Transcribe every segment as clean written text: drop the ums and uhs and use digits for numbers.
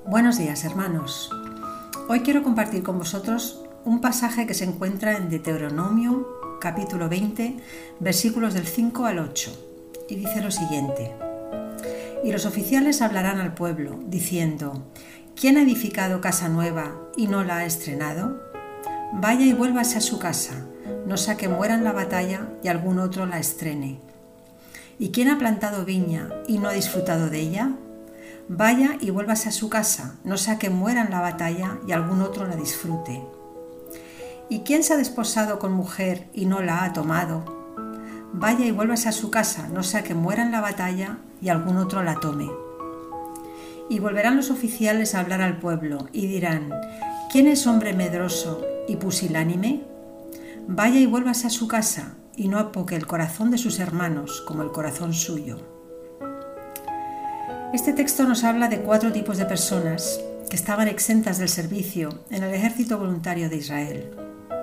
Buenos días, hermanos. Hoy quiero compartir con vosotros un pasaje que se encuentra en Deuteronomio, capítulo 20, versículos del 5 al 8, y dice lo siguiente: Y los oficiales hablarán al pueblo, diciendo: ¿Quién ha edificado casa nueva y no la ha estrenado? Vaya y vuélvase a su casa, no sea que muera en la batalla y algún otro la estrene. ¿Y quién ha plantado viña y no ha disfrutado de ella? Vaya y vuélvase a su casa, no sea que muera en la batalla y algún otro la disfrute. ¿Y quién se ha desposado con mujer y no la ha tomado? Vaya y vuélvase a su casa, no sea que muera en la batalla y algún otro la tome. Y volverán los oficiales a hablar al pueblo y dirán: ¿Quién es hombre medroso y pusilánime? Vaya y vuélvase a su casa y no apoque el corazón de sus hermanos como el corazón suyo. Este texto nos habla de 4 tipos de personas que estaban exentas del servicio en el ejército voluntario de Israel.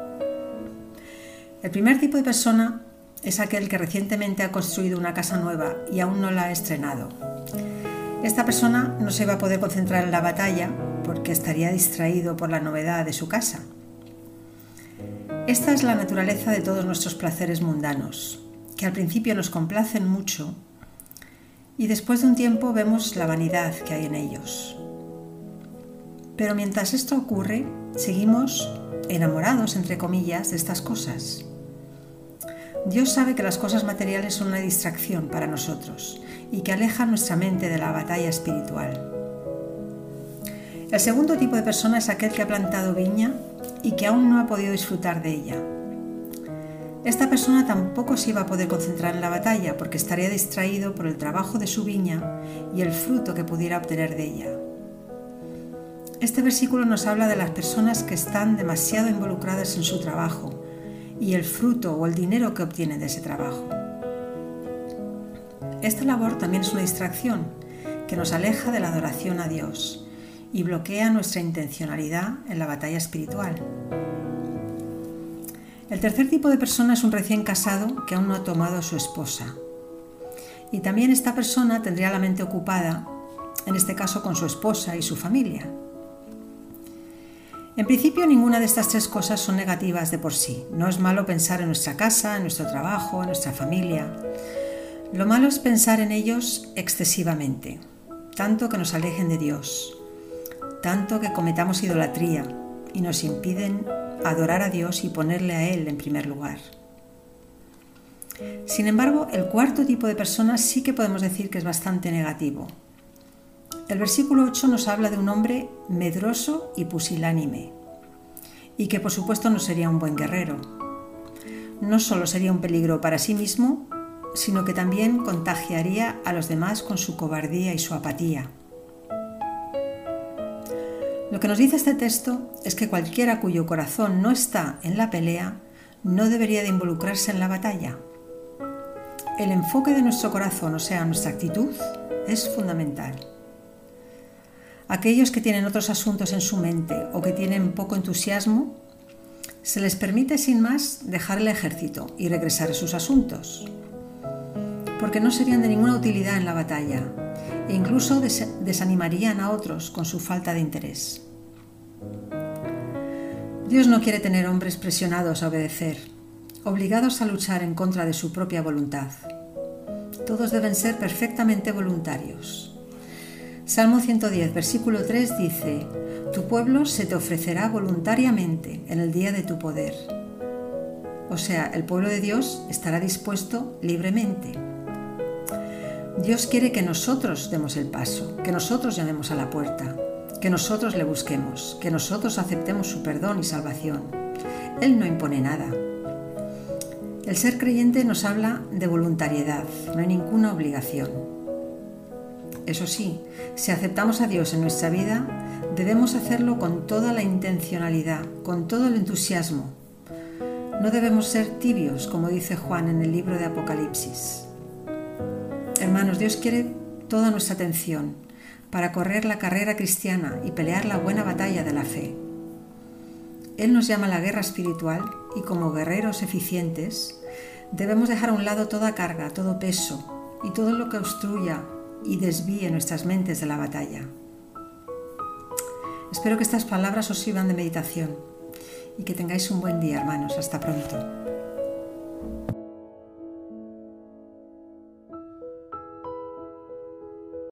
El primer tipo de persona es aquel que recientemente ha construido una casa nueva y aún no la ha estrenado. Esta persona no se va a poder concentrar en la batalla porque estaría distraído por la novedad de su casa. Esta es la naturaleza de todos nuestros placeres mundanos, que al principio nos complacen mucho y después de un tiempo vemos la vanidad que hay en ellos. Pero mientras esto ocurre, seguimos enamorados, entre comillas, de estas cosas. Dios sabe que las cosas materiales son una distracción para nosotros y que alejan nuestra mente de la batalla espiritual. El segundo tipo de persona es aquel que ha plantado viña y que aún no ha podido disfrutar de ella. Esta persona tampoco se iba a poder concentrar en la batalla porque estaría distraído por el trabajo de su viña y el fruto que pudiera obtener de ella. Este versículo nos habla de las personas que están demasiado involucradas en su trabajo y el fruto o el dinero que obtienen de ese trabajo. Esta labor también es una distracción que nos aleja de la adoración a Dios y bloquea nuestra intencionalidad en la batalla espiritual. El tercer tipo de persona es un recién casado que aún no ha tomado a su esposa. Y también esta persona tendría la mente ocupada, en este caso con su esposa y su familia. En principio, ninguna de estas 3 cosas son negativas de por sí. No es malo pensar en nuestra casa, en nuestro trabajo, en nuestra familia. Lo malo es pensar en ellos excesivamente, tanto que nos alejen de Dios, tanto que cometamos idolatría y nos impiden adorar a Dios y ponerle a Él en primer lugar. Sin embargo, el cuarto tipo de personas sí que podemos decir que es bastante negativo. El versículo 8 nos habla de un hombre medroso y pusilánime, y que por supuesto no sería un buen guerrero. No solo sería un peligro para sí mismo, sino que también contagiaría a los demás con su cobardía y su apatía. Lo que nos dice este texto es que cualquiera cuyo corazón no está en la pelea no debería de involucrarse en la batalla. El enfoque de nuestro corazón, o sea, nuestra actitud, es fundamental. Aquellos que tienen otros asuntos en su mente o que tienen poco entusiasmo, se les permite sin más dejar el ejército y regresar a sus asuntos, porque no serían de ninguna utilidad en la batalla e incluso desanimarían a otros con su falta de interés. Dios no quiere tener hombres presionados a obedecer, obligados a luchar en contra de su propia voluntad. Todos deben ser perfectamente voluntarios. Salmo 110, versículo 3 dice: Tu pueblo se te ofrecerá voluntariamente en el día de tu poder. O sea, el pueblo de Dios estará dispuesto libremente. Dios quiere que nosotros demos el paso, que nosotros llamemos a la puerta, que nosotros le busquemos, que nosotros aceptemos su perdón y salvación. Él no impone nada. El ser creyente nos habla de voluntariedad, no hay ninguna obligación. Eso sí, si aceptamos a Dios en nuestra vida, debemos hacerlo con toda la intencionalidad, con todo el entusiasmo. No debemos ser tibios, como dice Juan en el libro de Apocalipsis. Hermanos, Dios quiere toda nuestra atención para correr la carrera cristiana y pelear la buena batalla de la fe. Él nos llama a la guerra espiritual y como guerreros eficientes debemos dejar a un lado toda carga, todo peso y todo lo que obstruya y desvíe nuestras mentes de la batalla. Espero que estas palabras os sirvan de meditación y que tengáis un buen día, hermanos. Hasta pronto.